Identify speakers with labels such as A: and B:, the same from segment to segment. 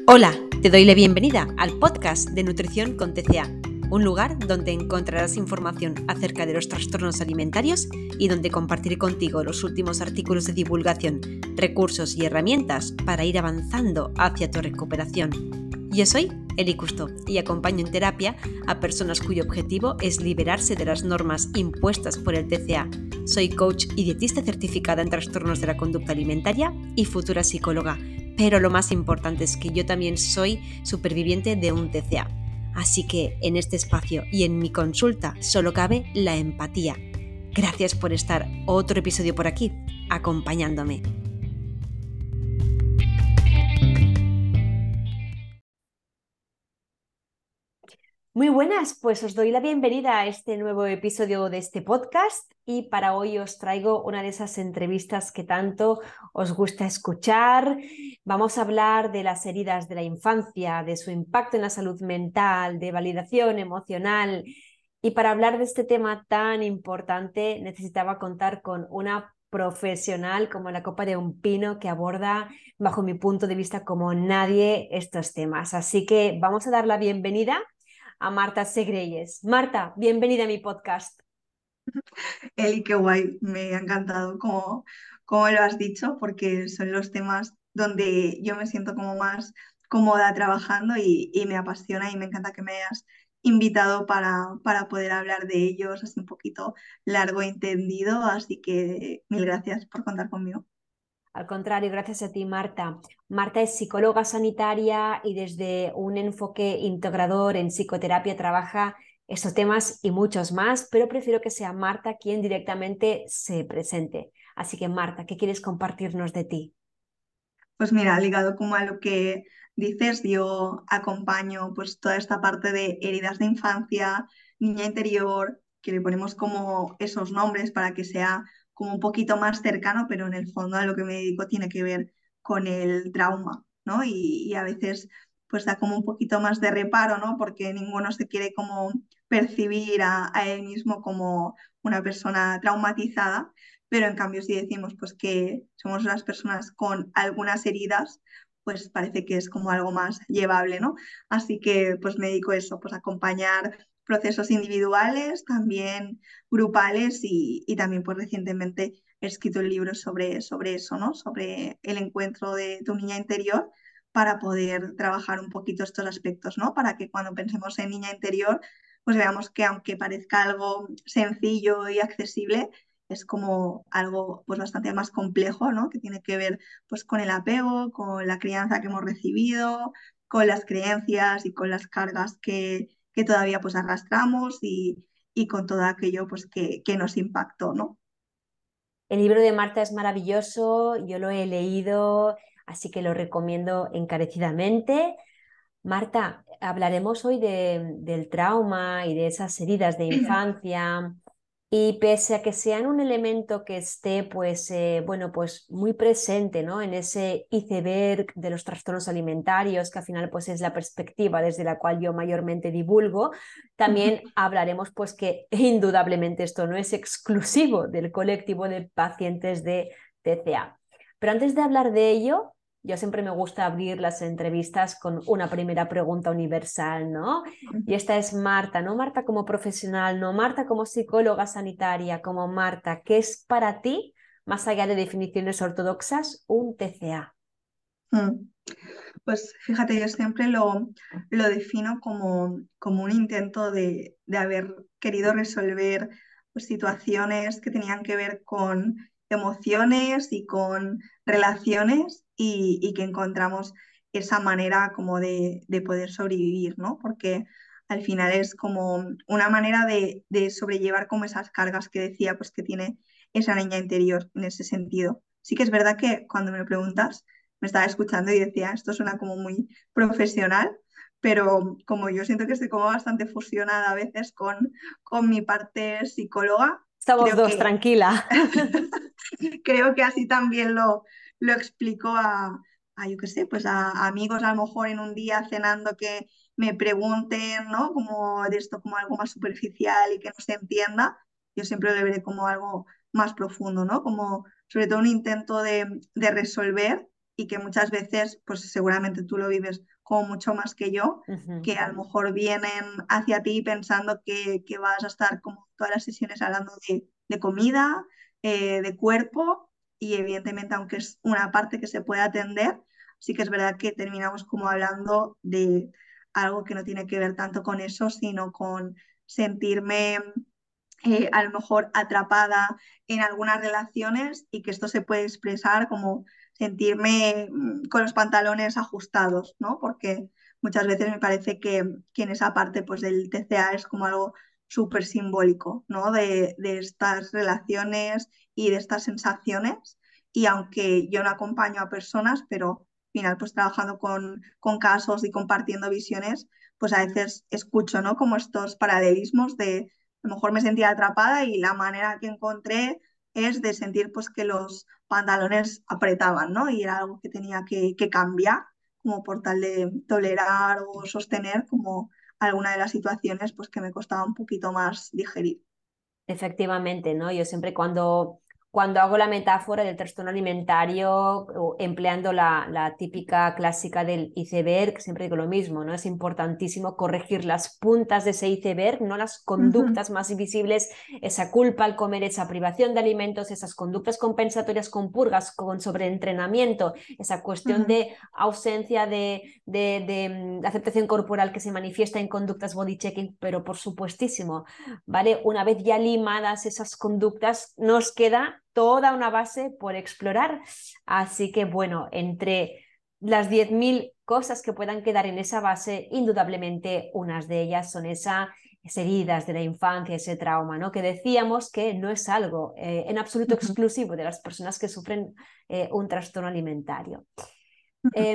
A: Hola, te doy la bienvenida al podcast de Nutrición con TCA, un lugar donde encontrarás información acerca de los trastornos alimentarios y donde compartiré contigo los últimos artículos de divulgación, recursos y herramientas para ir avanzando hacia tu recuperación. Yo soy Eli Custo y acompaño en terapia a personas cuyo objetivo es liberarse de las normas impuestas por el TCA. Soy coach y dietista certificada en trastornos de la conducta alimentaria y futura psicóloga. Pero lo más importante es que yo también soy superviviente de un TCA. Así que en este espacio y en mi consulta solo cabe la empatía. Gracias por estar otro episodio por aquí, acompañándome. Muy buenas, pues os doy la bienvenida a este nuevo episodio de este podcast y para hoy os traigo una de esas entrevistas que tanto os gusta escuchar. Vamos a hablar de las heridas de la infancia, de su impacto en la salud mental, de validación emocional. Y para hablar de este tema tan importante necesitaba contar con una profesional como la copa de un pino que aborda, bajo mi punto de vista, como nadie estos temas. Así que vamos a dar la bienvenida a Marta Segreyes. Marta, bienvenida a mi podcast.
B: Eli, qué guay, me ha encantado como lo has dicho, porque son los temas donde yo me siento como más cómoda trabajando y me apasiona y me encanta que me hayas invitado para poder hablar de ellos así un poquito largo y entendido, así que mil gracias por contar conmigo.
A: Al contrario, gracias a ti, Marta. Marta es psicóloga sanitaria y desde un enfoque integrador en psicoterapia trabaja estos temas y muchos más, pero prefiero que sea Marta quien directamente se presente. Así que, Marta, ¿qué quieres compartirnos de ti?
B: Pues mira, ligado como a lo que dices, yo acompaño pues toda esta parte de heridas de infancia, niña interior, que le ponemos como esos nombres para que sea como un poquito más cercano, pero en el fondo a lo que me dedico tiene que ver con el trauma, ¿no? Y a veces pues da como un poquito más de reparo, ¿no? Porque ninguno se quiere como percibir a él mismo como una persona traumatizada, pero en cambio si decimos pues que somos las personas con algunas heridas, pues parece que es como algo más llevable, ¿no? Así que pues me dedico a eso, pues a acompañar procesos individuales, también grupales y también pues recientemente he escrito el libro sobre eso, ¿no? Sobre el encuentro de tu niña interior para poder trabajar un poquito estos aspectos, ¿no? Para que cuando pensemos en niña interior, pues veamos que aunque parezca algo sencillo y accesible, es como algo pues bastante más complejo, ¿no? Que tiene que ver pues con el apego, con la crianza que hemos recibido, con las creencias y con las cargas que todavía pues arrastramos y con todo aquello pues que nos impactó, ¿no?
A: El libro de Marta es maravilloso, yo lo he leído, así que lo recomiendo encarecidamente. Marta, hablaremos hoy del trauma y de esas heridas de infancia y pese a que sean un elemento que esté bueno, pues muy presente, ¿no? En ese iceberg de los trastornos alimentarios, que al final pues es la perspectiva desde la cual yo mayormente divulgo, también hablaremos pues que indudablemente esto no es exclusivo del colectivo de pacientes de TCA. Pero antes de hablar de ello, yo siempre me gusta abrir las entrevistas con una primera pregunta universal, ¿no? Y esta es Marta, no Marta como profesional, no Marta como psicóloga sanitaria, como Marta, ¿qué es para ti, más allá de definiciones ortodoxas, un TCA?
B: Mm. Pues fíjate, yo siempre lo defino como un intento de haber querido resolver pues, situaciones que tenían que ver con emociones y con relaciones y que encontramos esa manera como de poder sobrevivir, ¿no? Porque al final es como una manera de sobrellevar como esas cargas que decía pues que tiene esa niña interior en ese sentido. Sí que es verdad que cuando me lo preguntas, me estaba escuchando y decía, esto suena como muy profesional, pero como yo siento que estoy como bastante fusionada a veces con mi parte psicóloga,
A: Estamos
B: creo
A: dos,
B: que,
A: tranquila.
B: creo que así también lo explico yo qué sé, pues a amigos a lo mejor en un día cenando que me pregunten, ¿no? Como de esto como algo más superficial y que no se entienda, yo siempre lo veré como algo más profundo, ¿no? Como sobre todo un intento de resolver y que muchas veces, pues seguramente tú lo vives como mucho más que yo,
A: Ujú.
B: que a lo mejor vienen hacia ti pensando que vas a estar como todas las sesiones hablando de comida, de cuerpo y evidentemente aunque es una parte que se puede atender, sí que es verdad que terminamos como hablando de algo que no tiene que ver tanto con eso, sino con sentirme a lo mejor atrapada en algunas relaciones y que esto se puede expresar como sentirme con los pantalones ajustados, ¿no? Porque muchas veces me parece que en esa parte pues, del TCA es como algo súper simbólico, ¿no? De estas relaciones y de estas sensaciones. Y aunque yo no acompaño a personas, pero al final pues trabajando con casos y compartiendo visiones, pues a veces escucho, ¿no? Como estos paralelismos de a lo mejor me sentía atrapada y la manera que encontré es de sentir pues que los pantalones apretaban, ¿no? Y era algo que tenía que cambiar como por tal de tolerar o sostener como alguna de las situaciones pues que me costaba un poquito más digerir.
A: Efectivamente, ¿no? Yo siempre cuando hago la metáfora del trastorno alimentario, o empleando la típica clásica del iceberg, siempre digo lo mismo, ¿no? Es importantísimo corregir las puntas de ese iceberg, no las
B: Ujú,
A: conductas más visibles, esa culpa al comer, esa privación de alimentos, esas conductas compensatorias con purgas, con sobreentrenamiento, esa cuestión
B: ujú,
A: de ausencia de aceptación corporal que se manifiesta en conductas body checking, pero por supuestísimo, ¿vale? Una vez ya limadas esas conductas, nos queda toda una base por explorar. Así que, bueno, entre las 10.000 cosas que puedan quedar en esa base, indudablemente unas de ellas son esas heridas de la infancia, ese trauma, ¿no? Que decíamos que no es algo en absoluto
B: ujú,
A: exclusivo de las personas que sufren un trastorno alimentario.
B: ujú,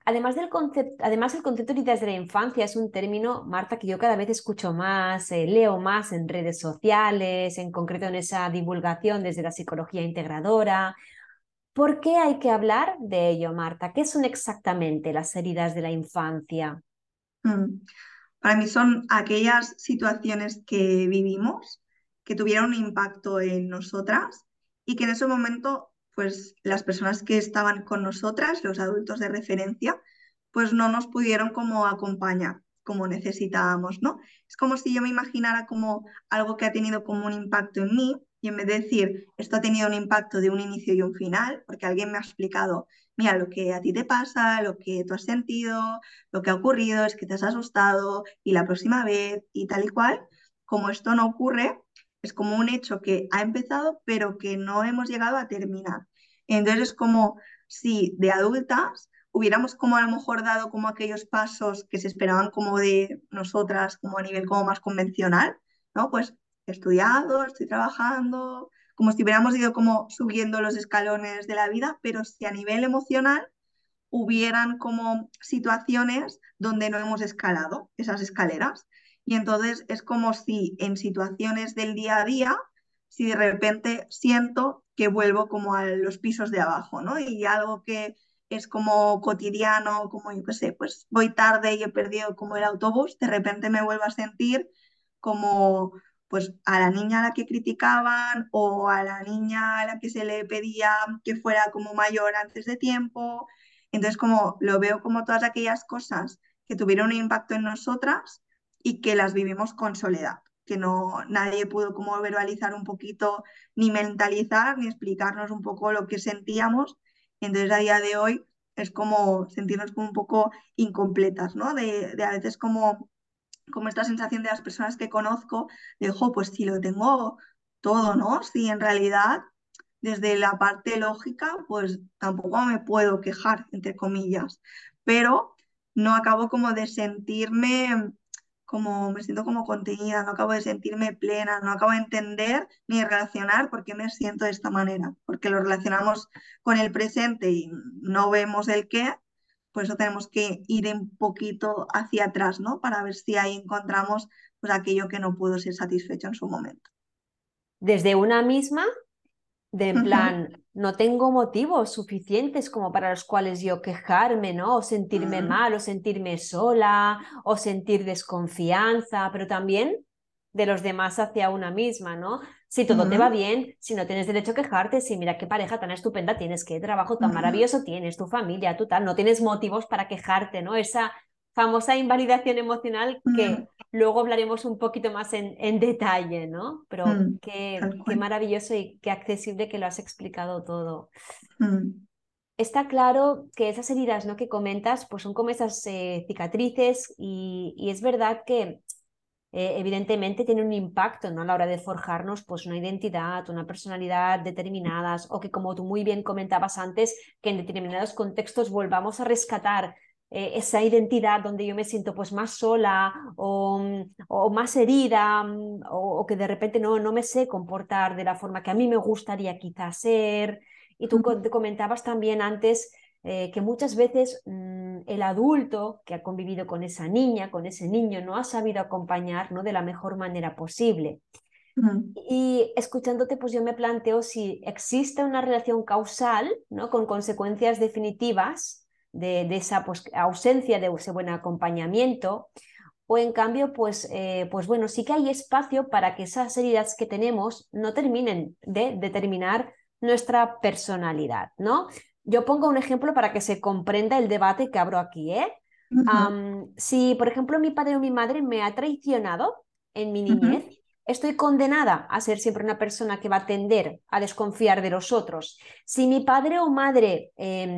A: Además, el concepto de heridas de la infancia es un término, Marta, que yo cada vez escucho más, leo más en redes sociales, en concreto en esa divulgación desde la psicología integradora. ¿Por qué hay que hablar de ello, Marta? ¿Qué son exactamente las heridas de la infancia?
B: ujú. Para mí son aquellas situaciones que vivimos que tuvieron un impacto en nosotras y que en ese momento, pues las personas que estaban con nosotras, los adultos de referencia, pues no nos pudieron como acompañar como necesitábamos, ¿no? Es como si yo me imaginara como algo que ha tenido como un impacto en mí y en vez de decir, esto ha tenido un impacto de un inicio y un final, porque alguien me ha explicado, mira, lo que a ti te pasa, lo que tú has sentido, lo que ha ocurrido es que te has asustado y la próxima vez y tal y cual, como esto no ocurre, es como un hecho que ha empezado pero que no hemos llegado a terminar. Entonces es como si de adultas hubiéramos como a lo mejor dado como aquellos pasos que se esperaban como de nosotras, como a nivel como más convencional, ¿no? Pues he estudiado, estoy trabajando, como si hubiéramos ido como subiendo los escalones de la vida, pero si a nivel emocional hubieran como situaciones donde no hemos escalado esas escaleras. Y entonces es como si en situaciones del día a día, si de repente siento que vuelvo como a los pisos de abajo, ¿no? Y algo que es como cotidiano, como yo qué sé, pues voy tarde y he perdido como el autobús, de repente me vuelvo a sentir como pues a la niña a la que criticaban o a la niña a la que se le pedía que fuera como mayor antes de tiempo. Entonces, como lo veo como todas aquellas cosas que tuvieron un impacto en nosotras y que las vivimos con soledad, que no nadie pudo como verbalizar un poquito, ni mentalizar, ni explicarnos un poco lo que sentíamos. Entonces, a día de hoy es como sentirnos como un poco incompletas, ¿no? De a veces como esta sensación de las personas que conozco, de, ojo, pues si lo tengo todo, ¿no? Si en realidad desde la parte lógica, pues tampoco me puedo quejar, entre comillas, pero no acabo como de sentirme como, me siento como contenida, no acabo de sentirme plena, no acabo de entender ni de relacionar por qué me siento de esta manera, porque lo relacionamos con el presente y no vemos el qué, por eso tenemos que ir un poquito hacia atrás, ¿no? Para ver si ahí encontramos pues aquello que no pudo ser satisfecho en su momento.
A: Desde una misma, de en plan, no tengo motivos suficientes como para los cuales yo quejarme, ¿no? O sentirme mal, o sentirme sola, o sentir desconfianza, pero también de los demás hacia una misma, ¿no? Si todo te va
B: mm,
A: bien, si no tienes derecho a quejarte, si mira qué pareja tan estupenda tienes, qué trabajo tan
B: mm,
A: maravilloso tienes, tu familia, tu tal, no tienes motivos para quejarte, ¿no? Esa famosa invalidación emocional
B: mm,
A: que luego hablaremos un poquito más en detalle, ¿no? Pero
B: tal
A: qué
B: cual.
A: maravilloso y qué accesible que lo has explicado todo.
B: Mm,
A: Está claro que esas heridas, ¿no?, que comentas, pues son como esas cicatrices y es verdad que evidentemente tiene un impacto, ¿no?, a la hora de forjarnos pues una identidad, una personalidad determinadas o que como tú muy bien comentabas antes, que en determinados contextos volvamos a rescatar esa identidad donde yo me siento pues más sola o más herida o que de repente no me sé comportar de la forma que a mí me gustaría quizás ser. Y tú
B: mm,
A: te comentabas también antes que muchas veces el adulto que ha convivido con esa niña, con ese niño, no ha sabido acompañar, ¿no?, de la mejor manera posible.
B: mm,
A: Y escuchándote, pues yo me planteo si existe una relación causal, ¿no?, con consecuencias definitivas de esa pues, ausencia de ese buen acompañamiento, o en cambio, pues bueno, sí que hay espacio para que esas heridas que tenemos no terminen de determinar nuestra personalidad, ¿no? Yo pongo un ejemplo para que se comprenda el debate que abro aquí, ¿eh?
B: ujú,
A: Si, por ejemplo, mi padre o mi madre me ha traicionado en mi niñez,
B: ujú,
A: estoy condenada a ser siempre una persona que va a tender a desconfiar de los otros. Si mi padre o madre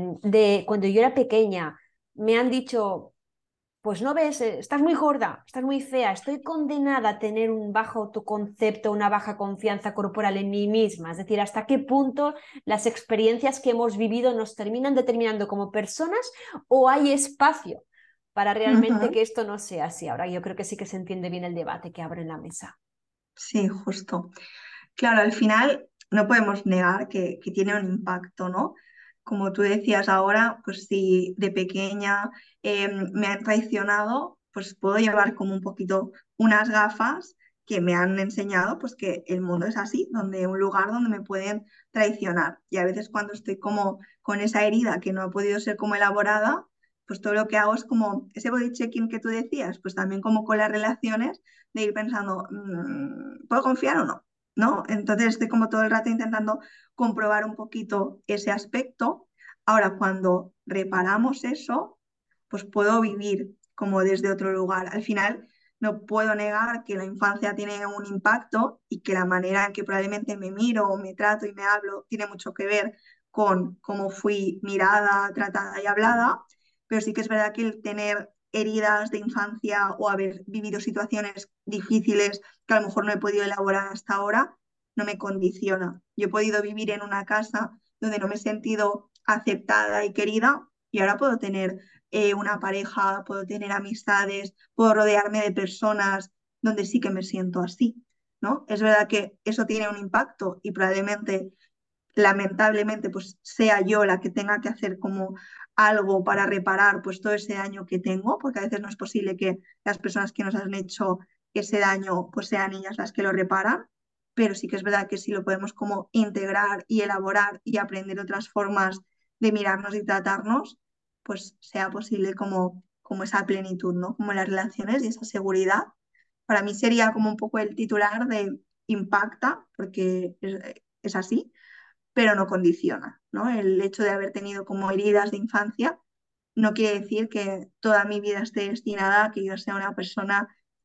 A: de cuando yo era pequeña me han dicho pues no ves, estás muy gorda, estás muy fea, estoy condenada a tener un bajo autoconcepto, una baja confianza corporal en mí misma. Es decir, hasta qué punto las experiencias que hemos vivido nos terminan determinando como personas o hay espacio para realmente
B: ujú.
A: que esto no sea así. Ahora yo creo que sí que se entiende bien el debate que abre en la mesa.
B: Sí, justo. Claro, al final no podemos negar que tiene un impacto, ¿no? Como tú decías ahora, pues si de pequeña me han traicionado, pues puedo llevar como un poquito unas gafas que me han enseñado pues que el mundo es así, donde un lugar donde me pueden traicionar. Y a veces cuando estoy como con esa herida que no ha podido ser como elaborada, pues todo lo que hago es como ese body checking que tú decías, pues también como con las relaciones, de ir pensando, ¿puedo confiar o no? ¿No? Entonces estoy como todo el rato intentando comprobar un poquito ese aspecto. Ahora, cuando reparamos eso, pues puedo vivir como desde otro lugar. Al final, no puedo negar que la infancia tiene un impacto y que la manera en que probablemente me miro o me trato y me hablo tiene mucho que ver con cómo fui mirada, tratada y hablada, pero sí que es verdad que el tener heridas de infancia o haber vivido situaciones difíciles que a lo mejor no he podido elaborar hasta ahora, no me condiciona. Yo he podido vivir en una casa donde no me he sentido aceptada y querida y ahora puedo tener una pareja, puedo tener amistades, puedo rodearme de personas donde sí que me siento así, ¿no? Es verdad que eso tiene un impacto y probablemente, lamentablemente, pues sea yo la que tenga que hacer como algo para reparar pues todo ese daño que tengo, porque a veces no es posible que las personas que nos han hecho ese daño pues sean ellas las que lo reparan, pero sí que es verdad que si lo podemos como integrar y elaborar y aprender otras formas de mirarnos y tratarnos, pues sea posible como esa plenitud, ¿no? Como las relaciones y esa seguridad. Para mí sería como un poco el titular de impacta, porque es así, pero no condiciona, ¿no? El hecho de haber tenido como heridas de infancia no quiere decir que toda mi vida esté destinada a que yo sea una persona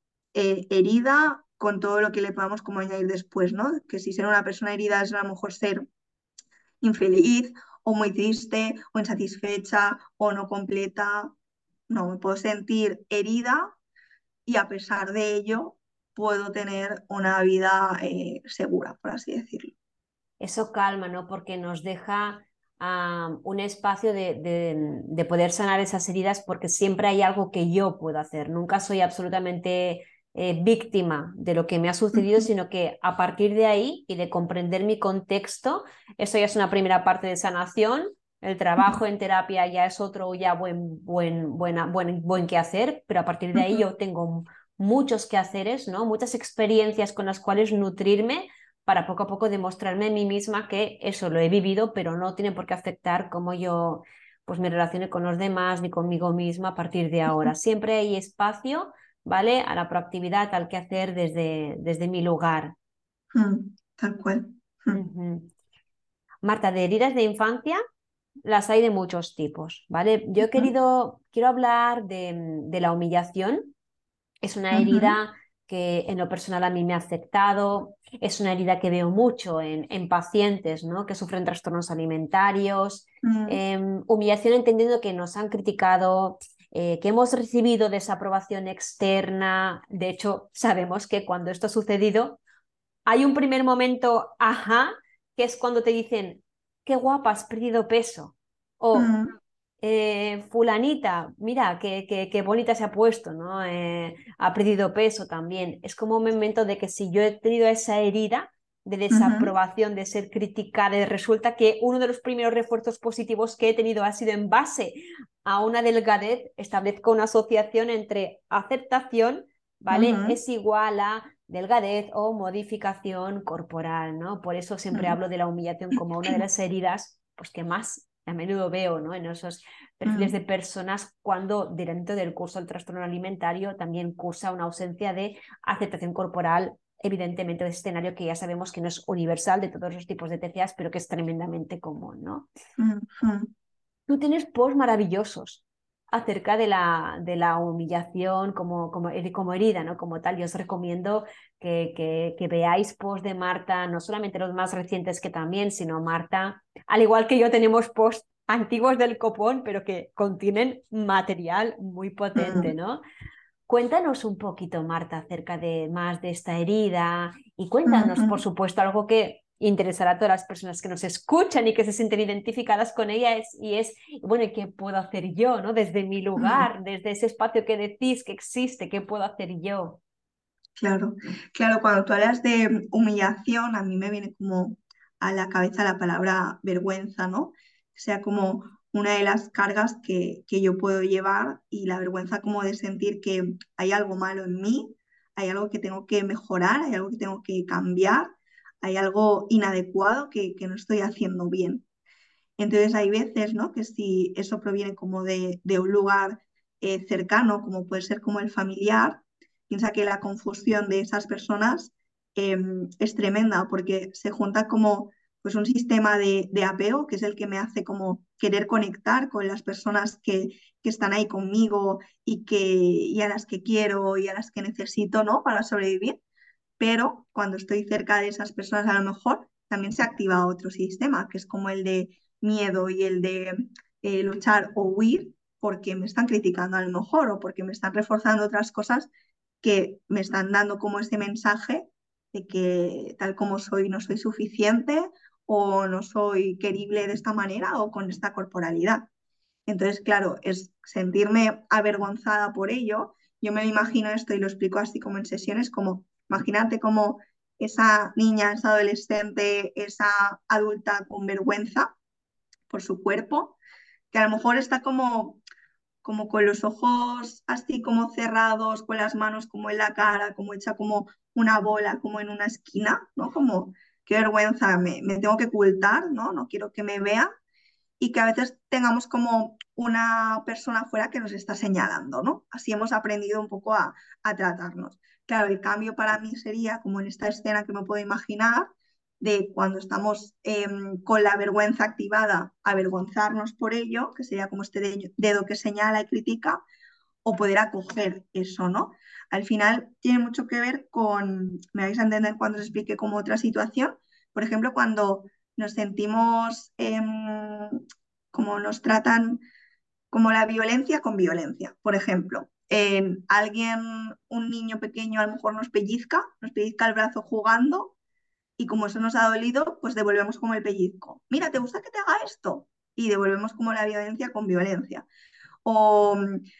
B: herida con todo lo que le podamos como añadir después, ¿no? Que si ser una persona herida es a lo mejor ser infeliz o muy triste o insatisfecha o no completa. No, me puedo sentir herida y a pesar de ello puedo tener una vida segura, por así decirlo.
A: Eso calma, ¿no? Porque nos deja un espacio de poder sanar esas heridas porque siempre hay algo que yo puedo hacer. Nunca soy absolutamente víctima de lo que me ha sucedido, sino que a partir de ahí y de comprender mi contexto, eso ya es una primera parte de sanación. El trabajo en terapia ya es otro ya buen quehacer, pero a partir de ahí yo tengo muchos quehaceres, ¿no? Muchas experiencias con las cuales nutrirme para poco a poco demostrarme a mí misma que eso lo he vivido, pero no tiene por qué afectar cómo yo pues me relacione con los demás ni conmigo misma a partir de ahora. Siempre hay espacio, ¿vale? A la proactividad, al que hacer desde mi lugar.
B: tal cual. Mm,
A: Ujú. Marta, de heridas de infancia las hay de muchos tipos, ¿vale?
B: ujú,
A: Quiero hablar de la humillación. Es una
B: ujú,
A: herida que en lo personal a mí me ha afectado, es una herida que veo mucho en pacientes, ¿no? Que sufren trastornos alimentarios,
B: mm,
A: humillación entendiendo que nos han criticado, que hemos recibido desaprobación externa. De hecho, sabemos que cuando esto ha sucedido, hay un primer momento, ajá, que es cuando te dicen, qué guapa, has perdido peso. O
B: mm,
A: fulanita, mira, qué bonita se ha puesto, ¿no? Ha perdido peso también. Es como un momento de que si yo he tenido esa herida de
B: ujú,
A: desaprobación, de ser criticada, y resulta que uno de los primeros refuerzos positivos que he tenido ha sido en base a una delgadez, establezco una asociación entre aceptación, ¿vale?
B: ujú,
A: Es igual a delgadez o modificación corporal, ¿no? Por eso siempre
B: mm,
A: hablo de la humillación como una de las heridas, pues que más a menudo veo, ¿no? En esos perfiles
B: mm,
A: de personas cuando dentro del curso del trastorno alimentario también cursa una ausencia de aceptación corporal, evidentemente de escenario que ya sabemos que no es universal de todos los tipos de TCAs, pero que es tremendamente común, ¿no?
B: mm, mm.
A: Tú tienes posts maravillosos acerca de la humillación como herida, ¿no? Como tal, yo os recomiendo que veáis posts de Marta, no solamente los más recientes que también, sino Marta, al igual que yo tenemos posts antiguos del copón, pero que contienen material muy potente,
B: Mm,
A: ¿no? Cuéntanos un poquito, Marta, acerca de más de esta herida y cuéntanos, por
B: ujú,
A: supuesto, algo que interesará a todas las personas que nos escuchan y que se sienten identificadas con ella bueno, ¿y qué puedo hacer yo, ¿no? Desde mi
B: mm.
A: lugar, desde ese espacio que decís que existe, ¿qué puedo hacer yo?
B: Claro, claro, cuando tú hablas de humillación, a mí me viene como a la cabeza la palabra vergüenza, ¿no? O sea, como una de las cargas que yo puedo llevar y la vergüenza como de sentir que hay algo malo en mí, hay algo que tengo que mejorar, hay algo que tengo que cambiar, hay algo inadecuado que no estoy haciendo bien. Entonces hay veces, ¿no? Que si eso proviene como de un lugar cercano, como puede ser como el familiar, piensa que la confusión de esas personas eh, es tremenda porque se junta como pues un sistema de apego, que es el que me hace como querer conectar con las personas que están ahí conmigo y a las que quiero y a las que necesito, ¿no? Para sobrevivir. Pero cuando estoy cerca de esas personas, a lo mejor también se activa otro sistema, que es como el de miedo y el de luchar o huir porque me están criticando a lo mejor o porque me están reforzando otras cosas que me están dando como ese mensaje de que tal como soy no soy suficiente o no soy querible de esta manera o con esta corporalidad. Entonces, claro, es sentirme avergonzada por ello. Yo me imagino esto y lo explico así como en sesiones, como imagínate como esa niña, esa adolescente, esa adulta con vergüenza por su cuerpo, que a lo mejor está como con los ojos así como cerrados, con las manos como en la cara, como hecha como una bola, como en una esquina, ¿no? Como, qué vergüenza, me tengo que ocultar, ¿no? No quiero que me vea y que a veces tengamos como una persona afuera que nos está señalando, ¿no? Así hemos aprendido un poco a tratarnos. Claro, el cambio para mí sería como en esta escena que me puedo imaginar, de cuando estamos con la vergüenza activada, avergonzarnos por ello, que sería como este dedo que señala y critica, o poder acoger eso, ¿no? Al final tiene mucho que ver con, me vais a entender cuando os explique como otra situación, por ejemplo, cuando nos sentimos como nos tratan como la violencia con violencia. Por ejemplo, alguien, un niño pequeño a lo mejor nos pellizca el brazo jugando y como eso nos ha dolido, pues devolvemos como el pellizco. Mira, ¿te gusta que te haga esto? Y devolvemos como la violencia con violencia o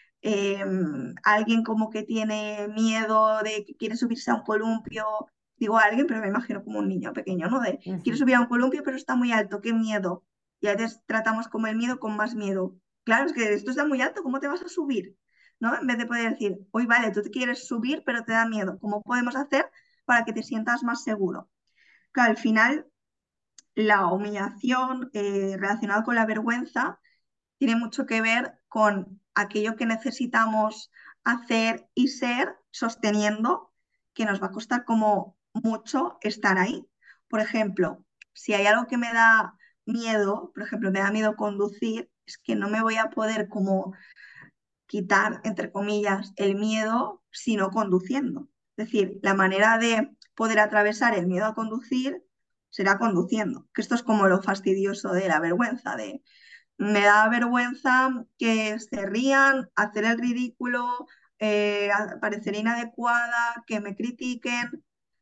B: alguien como que tiene miedo de que quiere subirse a un columpio, digo alguien, pero me imagino como un niño pequeño, ¿no? De quiere
A: Ujú,
B: subir a un columpio, pero está muy alto, qué miedo. Y a veces tratamos como el miedo con más miedo. Claro, es que esto está muy alto, ¿cómo te vas a subir? ¿No? En vez de poder decir, hoy vale, tú te quieres subir, pero te da miedo. ¿Cómo podemos hacer para que te sientas más seguro? Claro, al final, la humillación relacionada con la vergüenza tiene mucho que ver con aquello que necesitamos hacer y ser sosteniendo, que nos va a costar como mucho estar ahí. por ejemplo, si hay algo que me da miedo, por ejemplo, me da miedo conducir, es que no me voy a poder como quitar, entre comillas, el miedo sino conduciendo. Es decir, la manera de poder atravesar el miedo a conducir será conduciendo, que esto es como lo fastidioso de la vergüenza, de me da vergüenza que se rían, hacer el ridículo, parecer inadecuada, que me critiquen.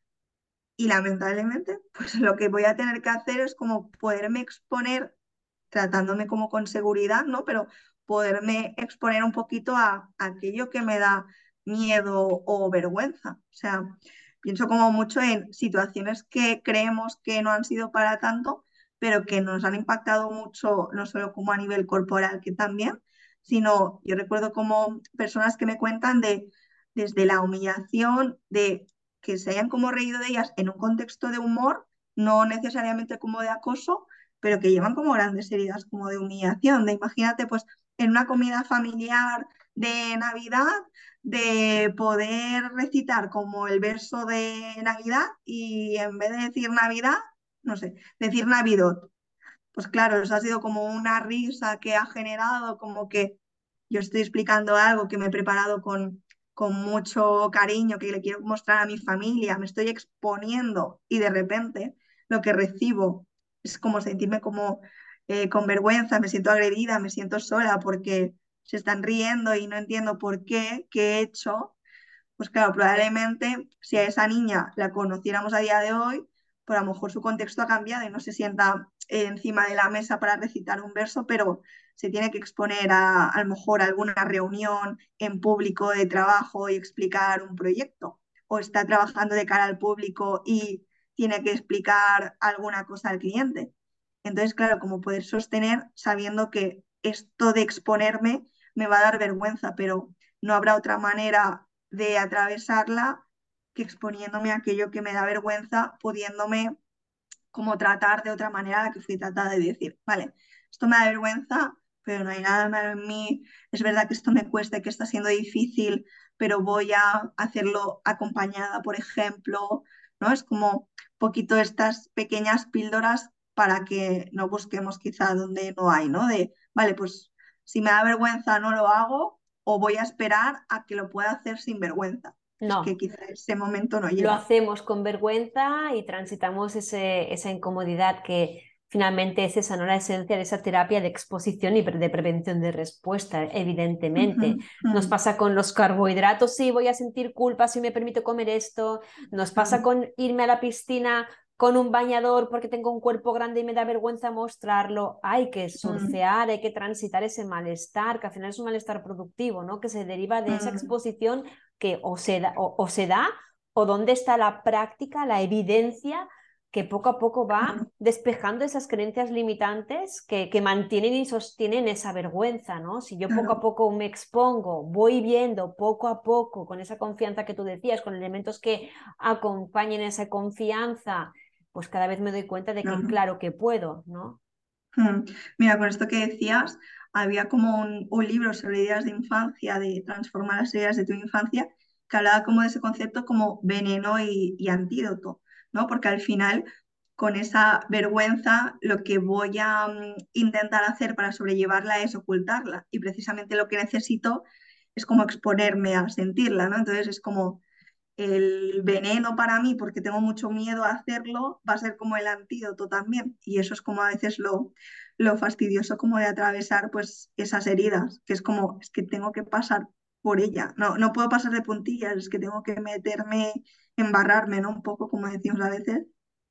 B: Y lamentablemente, pues lo que voy a tener que hacer es como poderme exponer, tratándome como con seguridad, ¿no? Pero poderme exponer un poquito a aquello que me da miedo o vergüenza. O sea, pienso como mucho en situaciones que creemos que no han sido para tanto, pero que nos han impactado mucho, no solo como a nivel corporal, que también, sino yo recuerdo como personas que me cuentan de desde la humillación, de que se hayan como reído de ellas en un contexto de humor, no necesariamente como de acoso, pero que llevan como grandes heridas como de humillación, de imagínate pues en una comida familiar de Navidad, de poder recitar como el verso de Navidad y en vez de decir Navidad, no sé, decir Navidad. Pues claro, eso ha sido como una risa que ha generado, como que yo estoy explicando algo que me he preparado con mucho cariño, que le quiero mostrar a mi familia, me estoy exponiendo y de repente lo que recibo es como sentirme como con vergüenza, me siento agredida, me siento sola porque se están riendo y no entiendo por qué, qué he hecho. Pues claro, probablemente si a esa niña la conociéramos a día de hoy, pues a lo mejor su contexto ha cambiado y no se sienta encima de la mesa para recitar un verso, pero se tiene que exponer a lo mejor a alguna reunión en público de trabajo y explicar un proyecto, o está trabajando de cara al público y tiene que explicar alguna cosa al cliente. Entonces, claro, como poder sostener sabiendo que esto de exponerme me va a dar vergüenza, pero no habrá otra manera de atravesarla que exponiéndome a aquello que me da vergüenza, pudiéndome como tratar de otra manera a la que fui tratada de decir, vale, esto me da vergüenza, pero no hay nada malo en mí, es verdad que esto me cuesta y que está siendo difícil, pero voy a hacerlo acompañada, por ejemplo, ¿no? Es como poquito estas pequeñas píldoras para que no busquemos quizá donde no hay, ¿no? De, vale, pues si me da vergüenza no lo hago o voy a esperar a que lo pueda hacer sin vergüenza. Es que
A: No,
B: quizá ese momento no
A: lo
B: llega.
A: hacemos con vergüenza y transitamos esa incomodidad que finalmente es esa, ¿no? La esencia de esa terapia de exposición y de prevención de respuesta, evidentemente.
B: Ujú,
A: Nos
B: ujú,
A: pasa con los carbohidratos, sí, voy a sentir culpa si me permito comer esto. Nos pasa
B: ujú,
A: con irme a la piscina con un bañador porque tengo un cuerpo grande y me da vergüenza mostrarlo. Hay que
B: ujú,
A: surfear, hay que transitar ese malestar, que al final es un malestar productivo, ¿no? Que se deriva de esa
B: ujú,
A: exposición que o se da o dónde está la práctica, la evidencia que poco a poco va
B: claro.
A: despejando esas creencias limitantes que mantienen y sostienen esa vergüenza, ¿no? Si yo poco a
B: Claro.
A: poco me expongo, voy viendo poco a poco con esa confianza que tú decías, con elementos que acompañen esa confianza, pues cada vez me doy cuenta de que
B: Claro.
A: claro que puedo, ¿no?
B: Mm. Mira, con esto que decías, había como un libro sobre ideas de infancia, de transformar las ideas de tu infancia, que hablaba como de ese concepto como veneno y antídoto, ¿no? Porque al final, con esa vergüenza, lo que voy a intentar hacer para sobrellevarla es ocultarla. Y precisamente lo que necesito es como exponerme a sentirla, ¿no? Entonces es como el veneno para mí, porque tengo mucho miedo a hacerlo, va a ser como el antídoto también. Y eso es como a veces lo fastidioso como de atravesar pues esas heridas, que es como, es que tengo que pasar por ella, no, no puedo pasar de puntillas, es que tengo que meterme, embarrarme, ¿no? Un poco como decimos a veces.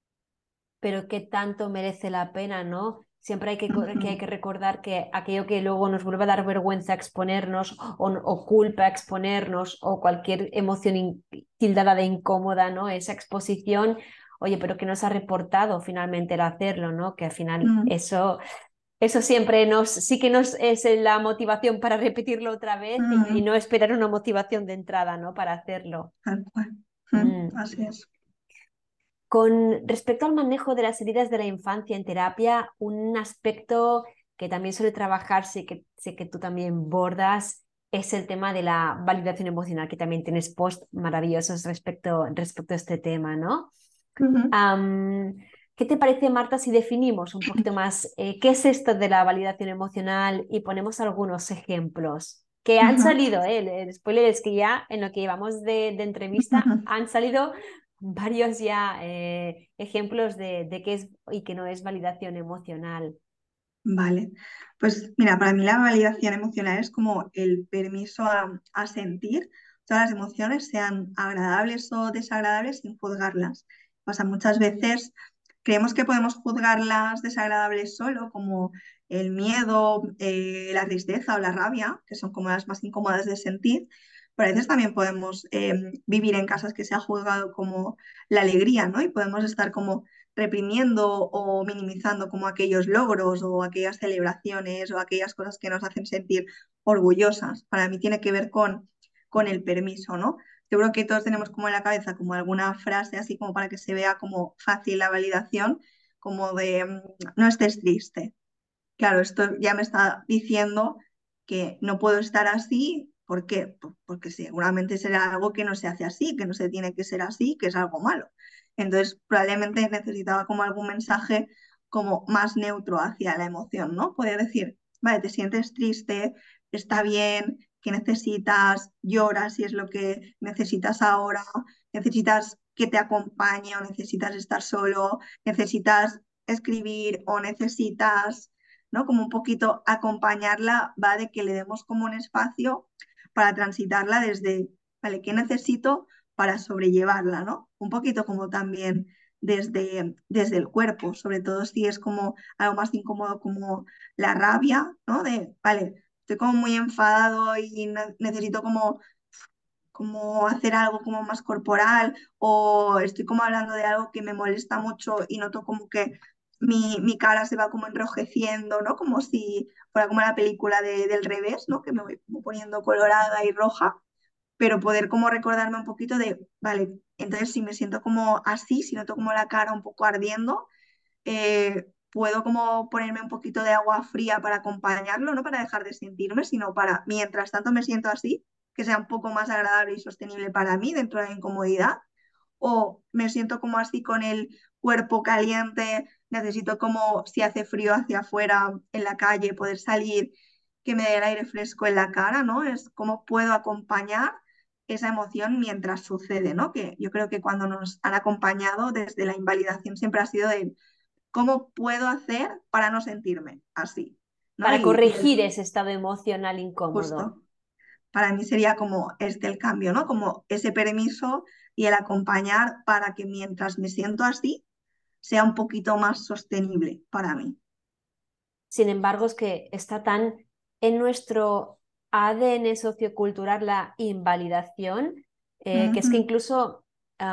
A: Pero qué tanto merece la pena, ¿no? Siempre hay
B: Ujú,
A: que recordar que aquello que luego nos vuelve a dar vergüenza exponernos o culpa exponernos o cualquier emoción tildada de incómoda, ¿no? Esa exposición, oye, pero que nos ha reportado finalmente el hacerlo, ¿no? Que al final
B: mm,
A: eso siempre sí que nos es la motivación para repetirlo otra vez y
B: mm,
A: no esperar una motivación de entrada, ¿no? Para hacerlo.
B: tal cual.
A: Mm.
B: Así es.
A: Con respecto al manejo de las heridas de la infancia en terapia, un aspecto que también suele trabajarse y que sé que tú también bordas es el tema de la validación emocional, que también tienes posts maravillosos respecto a este tema, ¿no?
B: Ujú.
A: Am, ¿Qué te parece, Marta, si definimos un poquito más qué es esto de la validación emocional y ponemos algunos ejemplos? Que han
B: Ujú.
A: salido, el spoiler es que ya en lo que llevamos de entrevista
B: Ujú.
A: han salido varios ya ejemplos de qué es y qué no es validación emocional.
B: Vale, pues mira, para mí la validación emocional es como el permiso a sentir todas las emociones, sean agradables o desagradables, sin juzgarlas. Pasa muchas veces, creemos que podemos juzgarlas desagradables solo, como el miedo, la tristeza o la rabia, que son como las más incómodas de sentir, pero a veces también podemos vivir en casas que se ha juzgado como la alegría, ¿no? Y podemos estar como reprimiendo o minimizando como aquellos logros o aquellas celebraciones o aquellas cosas que nos hacen sentir orgullosas. Para mí tiene que ver con el permiso, ¿no? Yo creo que todos tenemos como en la cabeza como alguna frase así como para que se vea como fácil la validación, como de no estés triste. Claro, esto ya me está diciendo que no puedo estar así. ¿Por qué? Porque seguramente será algo que no se hace así, que no se tiene que ser así, que es algo malo. Entonces, probablemente necesitaba como algún mensaje como más neutro hacia la emoción, ¿no? Poder decir, vale, te sientes triste, está bien, ¿qué necesitas? Lloras si es lo que necesitas ahora, necesitas que te acompañe o necesitas estar solo, necesitas escribir o necesitas, ¿no? Como un poquito acompañarla va de que le demos como un espacio para transitarla desde, vale, ¿qué necesito para sobrellevarla, ¿no? Un poquito como también desde el cuerpo, sobre todo si es como algo más incómodo como la rabia, ¿no? De, vale, estoy como muy enfadado y necesito como hacer algo como más corporal o estoy como hablando de algo que me molesta mucho y noto como que mi cara se va como enrojeciendo, ¿no? Como si fuera como la película del revés, ¿no? Que me voy como poniendo colorada y roja, pero poder como recordarme un poquito de, vale, entonces si me siento como así, si noto como la cara un poco ardiendo, puedo como ponerme un poquito de agua fría para acompañarlo, no para dejar de sentirme, sino para, mientras tanto me siento así, que sea un poco más agradable y sostenible para mí dentro de la incomodidad. O me siento como así con el cuerpo caliente, necesito como si hace frío hacia afuera en la calle, poder salir, que me dé el aire fresco en la cara, ¿no? Es cómo puedo acompañar esa emoción mientras sucede, ¿no? Que yo creo que cuando nos han acompañado desde la invalidación siempre ha sido de ¿cómo puedo hacer para no sentirme así? ¿No?
A: Para
B: Y
A: corregir ese estado emocional incómodo.
B: justo, para mí sería como este el cambio, ¿no? Como ese permiso y el acompañar para que mientras me siento así, sea un poquito más sostenible para mí.
A: Sin embargo, es que está tan en nuestro ADN sociocultural la invalidación, que es que
B: Ujú.
A: incluso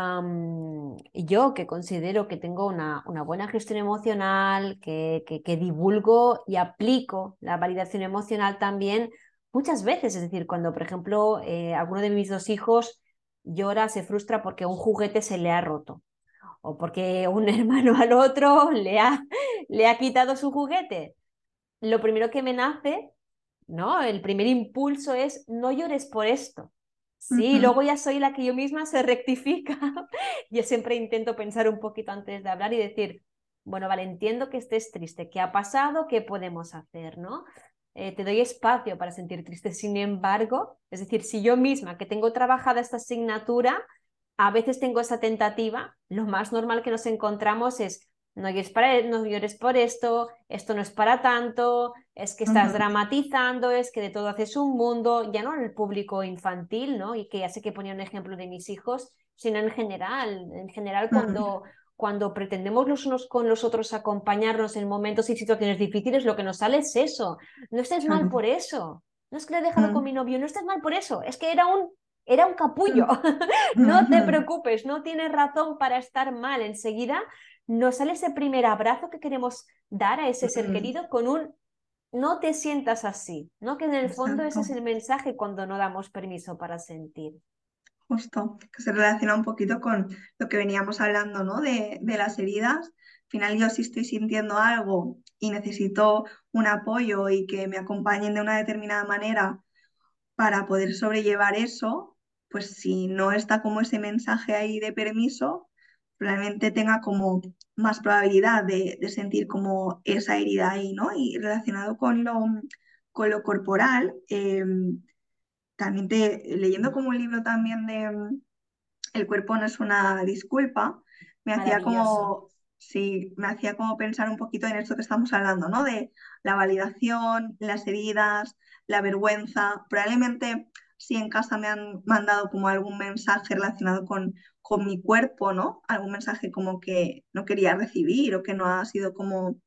A: yo, que considero que tengo una buena gestión emocional, que divulgo y aplico la validación emocional también muchas veces, es decir, cuando, por ejemplo, alguno de mis dos hijos llora, se frustra porque un juguete se le ha roto o porque un hermano al otro le ha quitado su juguete, lo primero que me nace, ¿no? El primer impulso es no llores por esto. Sí,
B: Ujú.
A: luego ya soy la que yo misma se rectifica. Yo siempre intento pensar un poquito antes de hablar y decir, bueno, vale, entiendo que estés triste, ¿qué ha pasado? ¿Qué podemos hacer? ¿No? Te doy espacio para sentir triste. Sin embargo, es decir, si yo misma que tengo trabajada esta asignatura, a veces tengo esa tentativa, lo más normal que nos encontramos es no llores por esto no es para tanto, es que estás
B: Ujú.
A: dramatizando, es que de todo haces un mundo, ya no en el público infantil, ¿no? Y que ya sé que ponía un ejemplo de mis hijos, sino en general
B: Ujú.
A: cuando pretendemos los unos con los otros acompañarnos en momentos y situaciones difíciles, lo que nos sale es eso, no estés mal
B: Claro.
A: por eso, no es que lo he dejado con
B: Ujú.
A: mi novio, no estés mal por eso, es que era un capullo.
B: Ujú.
A: No te
B: Ujú.
A: preocupes, no tienes razón para estar mal. Enseguida nos sale ese primer abrazo que queremos dar a ese ser
B: Ujú.
A: querido con un no te sientas así, ¿no? Que en el fondo ese es
B: Exacto.
A: el mensaje cuando no damos permiso para sentir.
B: Justo, que se relaciona un poquito con lo que veníamos hablando, ¿no? De las heridas. Al final yo si estoy sintiendo algo y necesito un apoyo y que me acompañen de una determinada manera para poder sobrellevar eso, pues si no está como ese mensaje ahí de permiso, probablemente tenga como más probabilidad de sentir como esa herida ahí, ¿no? Y relacionado con lo corporal, también leyendo como un libro también de El cuerpo no es una disculpa, me hacía
A: Maravilloso.
B: como, sí, me hacía como pensar un poquito en esto que estamos hablando, ¿no? De la validación, las heridas, la vergüenza. Probablemente si en casa me han mandado como algún mensaje relacionado con mi cuerpo, ¿no? Algún mensaje como que no quería recibir o que no ha sido como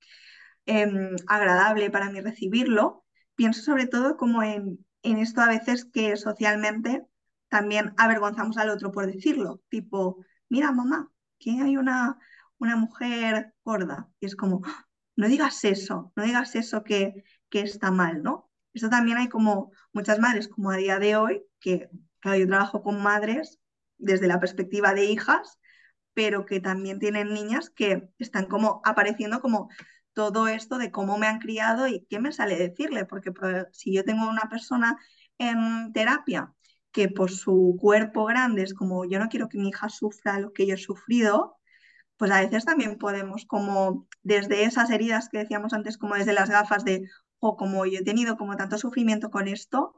B: agradable para mí recibirlo. Pienso sobre todo como en esto a veces que socialmente también avergonzamos al otro por decirlo, tipo, mira mamá, que hay una mujer gorda. Y es como, "Ah, no digas eso, no digas eso que está mal, ¿no? Esto también hay como muchas madres, como a día de hoy, que, claro, yo trabajo con madres desde la perspectiva de hijas, pero que también tienen niñas que están como apareciendo como todo esto de cómo me han criado y qué me sale decirle, porque si yo tengo una persona en terapia que por su cuerpo grande es como yo no quiero que mi hija sufra lo que yo he sufrido, pues a veces también podemos como desde esas heridas que decíamos antes, como desde las gafas de, o como yo he tenido como tanto sufrimiento con esto,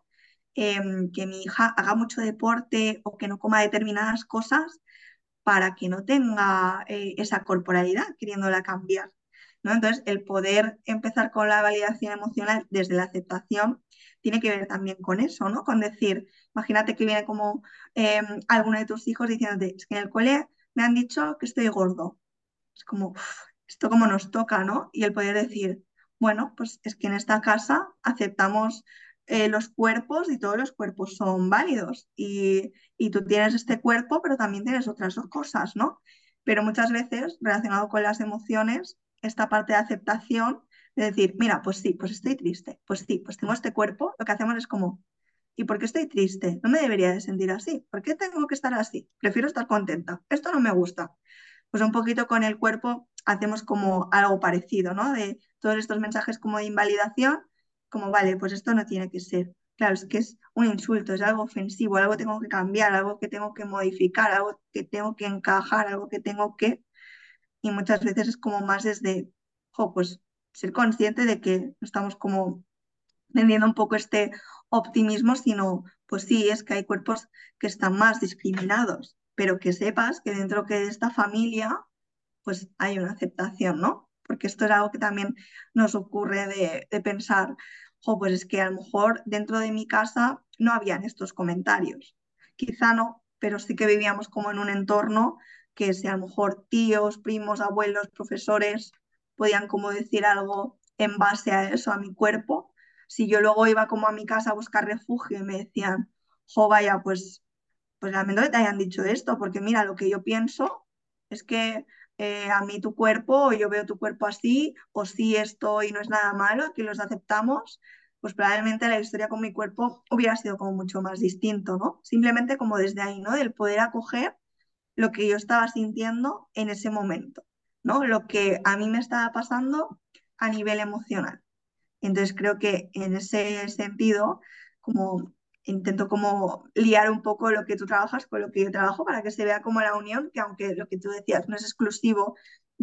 B: que mi hija haga mucho deporte o que no coma determinadas cosas para que no tenga esa corporalidad queriéndola cambiar, ¿no? Entonces, el poder empezar con la validación emocional desde la aceptación tiene que ver también con eso, ¿no? Con decir, imagínate que viene como alguno de tus hijos diciéndote, es que en el cole me han dicho que estoy gordo. Es como, uf, esto como nos toca, ¿no? Y el poder decir, bueno, pues es que en esta casa aceptamos los cuerpos y todos los cuerpos son válidos. Y tú tienes este cuerpo, pero también tienes otras dos cosas, ¿no? Pero muchas veces, relacionado con las emociones, esta parte de aceptación, de decir, mira, pues sí, pues estoy triste, pues sí, pues tengo este cuerpo, lo que hacemos es como, ¿y por qué estoy triste? No me debería de sentir así. ¿Por qué tengo que estar así? Prefiero estar contenta. Esto no me gusta. Pues un poquito con el cuerpo hacemos como algo parecido, ¿no? De todos estos mensajes como de invalidación, como, vale, pues esto no tiene que ser. Claro, es que es un insulto, es algo ofensivo, algo que tengo que cambiar, algo que tengo que modificar, algo que tengo que encajar, algo que tengo que... Y muchas veces es como más desde, jo, pues ser consciente de que no estamos como vendiendo un poco este optimismo, sino, pues sí, es que hay cuerpos que están más discriminados, pero que sepas que dentro que de esta familia pues hay una aceptación, ¿no? Porque esto es algo que también nos ocurre de pensar, jo, pues es que a lo mejor dentro de mi casa no habían estos comentarios. Quizá no, pero sí que vivíamos como en un entorno que si a lo mejor tíos, primos, abuelos, profesores podían como decir algo en base a eso, a mi cuerpo. Si yo luego iba como a mi casa a buscar refugio y me decían, jo, vaya, pues lamento que te hayan dicho esto, porque mira, lo que yo pienso es que a mí tu cuerpo, o yo veo tu cuerpo así, o sí esto y no es nada malo, que los aceptamos, pues probablemente la historia con mi cuerpo hubiera sido como mucho más distinto, ¿no? Simplemente como desde ahí, ¿no? Del poder acoger lo que yo estaba sintiendo en ese momento, ¿no? Lo que a mí me estaba pasando a nivel emocional. Entonces creo que en ese sentido, como intento como liar un poco lo que tú trabajas con lo que yo trabajo para que se vea como la unión, que aunque lo que tú decías no es exclusivo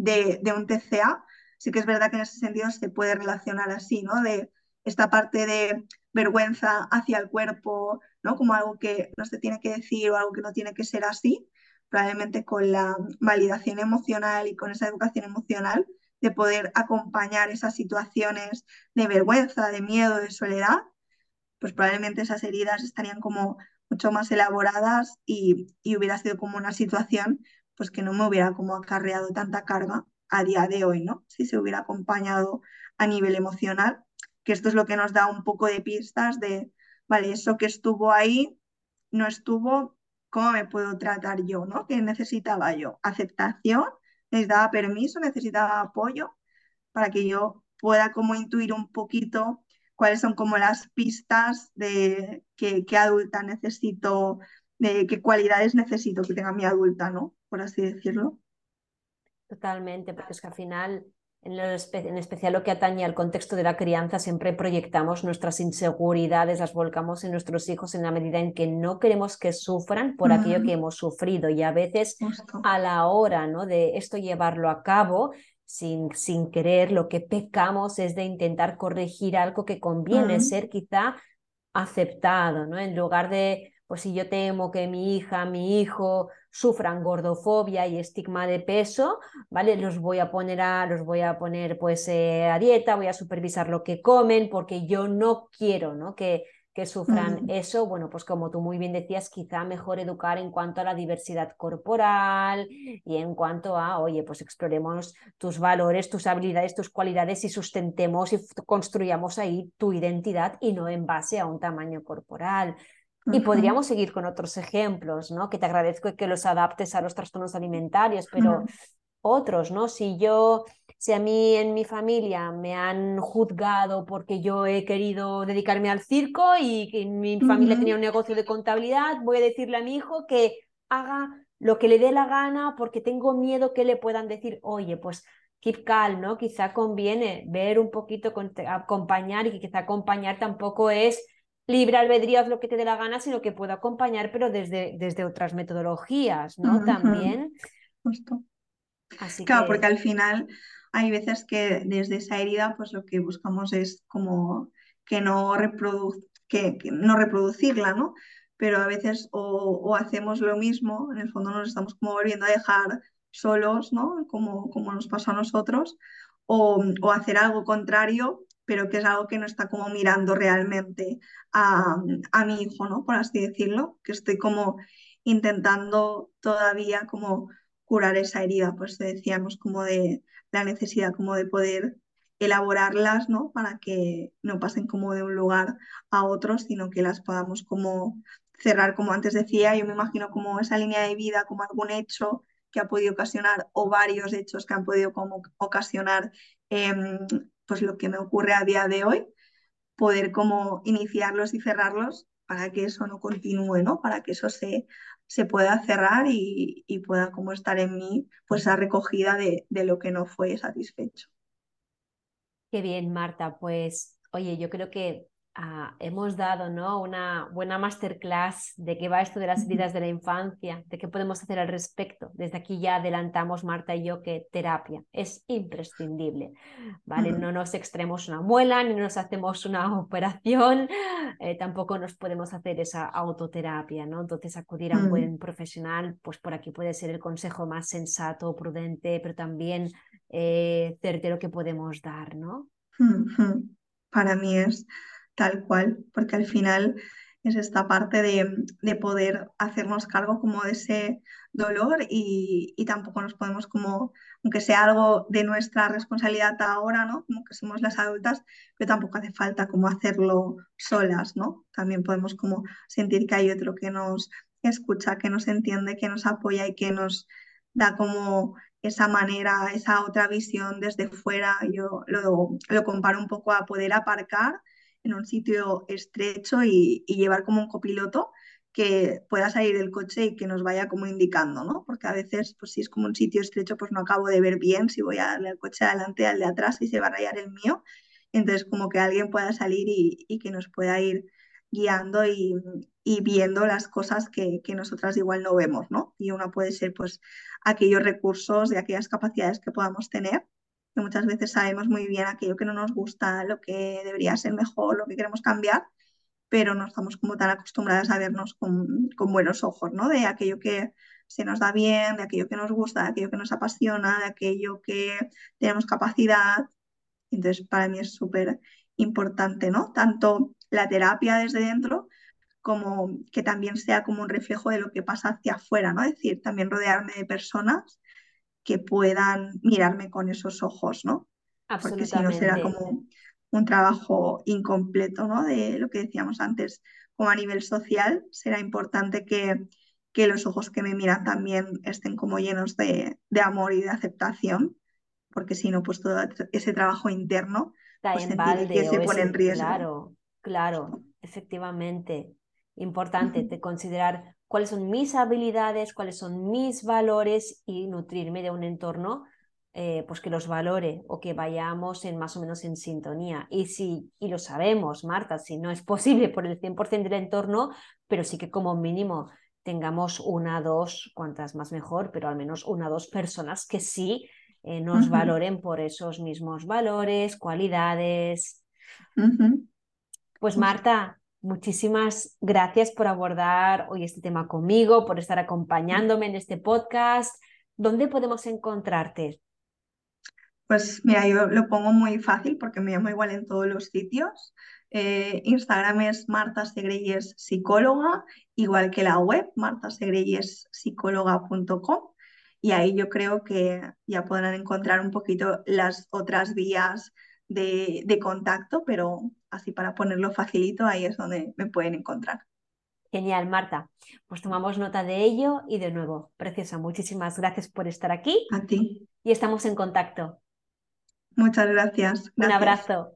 B: de un TCA, sí que es verdad que en ese sentido se puede relacionar así, ¿no? De esta parte de vergüenza hacia el cuerpo, ¿no? Como algo que no se tiene que decir o algo que no tiene que ser así, probablemente con la validación emocional y con esa educación emocional de poder acompañar esas situaciones de vergüenza, de miedo, de soledad, pues probablemente esas heridas estarían como mucho más elaboradas y hubiera sido como una situación pues que no me hubiera como acarreado tanta carga a día de hoy, ¿no? Si se hubiera acompañado a nivel emocional, que esto es lo que nos da un poco de pistas de, vale, eso que estuvo ahí no estuvo, ¿cómo me puedo tratar yo, ¿no? ¿Qué necesitaba yo? Aceptación, necesitaba permiso, necesitaba apoyo para que yo pueda como intuir un poquito cuáles son como las pistas de qué adulta necesito, de qué cualidades necesito que tenga mi adulta, ¿no? Por así decirlo.
A: Totalmente, porque es que al final en especial lo que atañe al contexto de la crianza, siempre proyectamos nuestras inseguridades, las volcamos en nuestros hijos en la medida en que no queremos que sufran por aquello que
B: Ujú,
A: hemos sufrido. Y a veces
B: justo.
A: a la hora, ¿no?, de esto llevarlo a cabo, sin querer, lo que pecamos es de intentar corregir algo que conviene
B: Mm,
A: ser quizá aceptado, ¿no? En lugar de, pues si yo temo que mi hija, mi hijo sufran gordofobia y estigma de peso, ¿vale? Los voy a poner pues a dieta, voy a supervisar lo que comen porque yo no quiero, ¿no?, que sufran
B: mm,
A: eso. Bueno, pues como tú muy bien decías, quizá mejor educar en cuanto a la diversidad corporal y en cuanto a, oye, pues exploremos tus valores, tus habilidades, tus cualidades y sustentemos y construyamos ahí tu identidad y no en base a un tamaño corporal. Y
B: ujú,
A: podríamos seguir con otros ejemplos, ¿no? Que te agradezco que los adaptes a los trastornos alimentarios, pero
B: mm,
A: otros, ¿no? Si a mí en mi familia me han juzgado porque yo he querido dedicarme al circo y que mi familia tenía
B: ujú,
A: un negocio de contabilidad, voy a decirle a mi hijo que haga lo que le dé la gana porque tengo miedo que le puedan decir, oye, pues keep calm, ¿no? Quizá conviene ver un poquito, acompañar, y que quizá acompañar tampoco es libre albedrío, haz lo que te dé la gana, sino que puedo acompañar, pero desde otras metodologías, ¿no?
B: ujú,
A: También.
B: justo.
A: Así
B: Claro, porque
A: que,
B: al final hay veces que desde esa herida pues lo que buscamos es como que no, que no reproducirla, ¿no? Pero a veces o hacemos lo mismo, en el fondo nos estamos como volviendo a dejar solos, ¿no? Como nos pasó a nosotros, o hacer algo contrario, pero que es algo que no está como mirando realmente a, a mi hijo, ¿no? Por así decirlo, que estoy como intentando todavía como curar esa herida, pues decíamos como de la necesidad como de poder elaborarlas, ¿no? Para que no pasen como de un lugar a otro, sino que las podamos como cerrar, como antes decía, yo me imagino como esa línea de vida, como algún hecho que ha podido ocasionar o varios hechos que han podido como ocasionar pues lo que me ocurre a día de hoy, poder como iniciarlos y cerrarlos para que eso no continúe, ¿no? Para que eso se pueda cerrar y pueda como estar en mí pues esa recogida de lo que no fue satisfecho.
A: qué bien, Marta. Pues, oye, yo creo que hemos dado, ¿no?, una buena masterclass de qué va esto de las heridas de la infancia, de qué podemos hacer al respecto. Desde aquí ya adelantamos, Marta y yo, que terapia es imprescindible, ¿vale?
B: Mm,
A: No nos extraemos una muela, ni nos hacemos una operación, tampoco nos podemos hacer esa autoterapia, ¿no? Entonces, acudir a un
B: mm,
A: buen profesional, pues por aquí puede ser el consejo más sensato, prudente, pero también certero que podemos dar, ¿no?
B: mm. Para mí es tal cual, porque al final es esta parte de poder hacernos cargo como de ese dolor y tampoco nos podemos como, aunque sea algo de nuestra responsabilidad ahora, ¿no? Como que somos las adultas, pero tampoco hace falta como hacerlo solas, ¿no? También podemos como sentir que hay otro que nos escucha, que nos entiende, que nos apoya y que nos da como esa manera, esa otra visión desde fuera. Yo lo comparo un poco a poder aparcar en un sitio estrecho y llevar como un copiloto que pueda salir del coche y que nos vaya como indicando, ¿no? Porque a veces, pues si es como un sitio estrecho, pues no acabo de ver bien si voy a darle al coche de adelante, al de atrás y se va a rayar el mío. Entonces, como que alguien pueda salir y que nos pueda ir guiando y viendo las cosas que nosotras igual no vemos, ¿no? Y una puede ser, pues, aquellos recursos y aquellas capacidades que podamos tener, que muchas veces sabemos muy bien aquello que no nos gusta, lo que debería ser mejor, lo que queremos cambiar, pero no estamos como tan acostumbradas a vernos con buenos ojos, ¿no? De aquello que se nos da bien, de aquello que nos gusta, de aquello que nos apasiona, de aquello que tenemos capacidad. Entonces, para mí es súper importante, ¿no? Tanto la terapia desde dentro como que también sea como un reflejo de lo que pasa hacia afuera, ¿no? Es decir, también rodearme de personas que puedan mirarme con esos ojos, ¿no? Porque si no será
A: Absolutamente.
B: como un trabajo incompleto, ¿no? De lo que decíamos antes, como a nivel social, será importante que los ojos que me miran también estén como llenos de amor y de aceptación, porque si no, pues todo ese trabajo interno,
A: Cae
B: pues
A: en
B: sentiré que
A: balde o
B: se pone en
A: ese,
B: riesgo.
A: claro, claro, efectivamente. Importante de considerar cuáles son mis habilidades, cuáles son mis valores y nutrirme de un entorno pues que los valore o que vayamos en más o menos en sintonía. Y lo sabemos, Marta, si no es posible por el 100% del entorno, pero sí que como mínimo tengamos una, dos, cuantas más mejor, pero al menos una, dos personas que sí nos
B: Ujú,
A: valoren por esos mismos valores, cualidades.
B: ujú,
A: Pues
B: justo.
A: Marta, muchísimas gracias por abordar hoy este tema conmigo, por estar acompañándome en este podcast. ¿Dónde podemos encontrarte?
B: Pues mira, yo lo pongo muy fácil porque me llamo igual en todos los sitios. Instagram es Marta Segreyes Psicóloga, igual que la web, martasegreyespsicóloga.com. Y ahí yo creo que ya podrán encontrar un poquito las otras vías de contacto, pero así para ponerlo facilito, ahí es donde me pueden encontrar.
A: Genial, Marta. Pues tomamos nota de ello y de nuevo, preciosa, muchísimas gracias por estar aquí
B: A ti.
A: y estamos en contacto.
B: Muchas gracias.
A: Un
B: Gracias.
A: abrazo.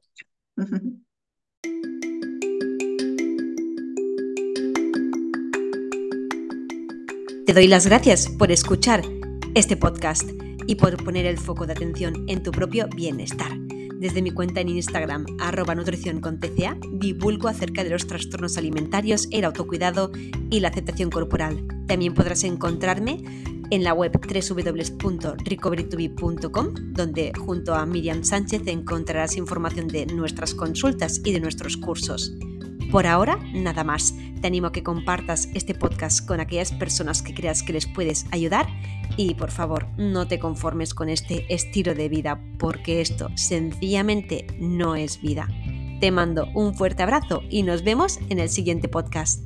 A: Te doy las gracias por escuchar este podcast y por poner el foco de atención en tu propio bienestar. Desde mi cuenta en Instagram, @nutricioncontca, divulgo acerca de los trastornos alimentarios, el autocuidado y la aceptación corporal. También podrás encontrarme en la web www.recovery2be.com, donde junto a Miriam Sánchez encontrarás información de nuestras consultas y de nuestros cursos. Por ahora, nada más. Te animo a que compartas este podcast con aquellas personas que creas que les puedes ayudar y, por favor, no te conformes con este estilo de vida, porque esto sencillamente no es vida. Te mando un fuerte abrazo y nos vemos en el siguiente podcast.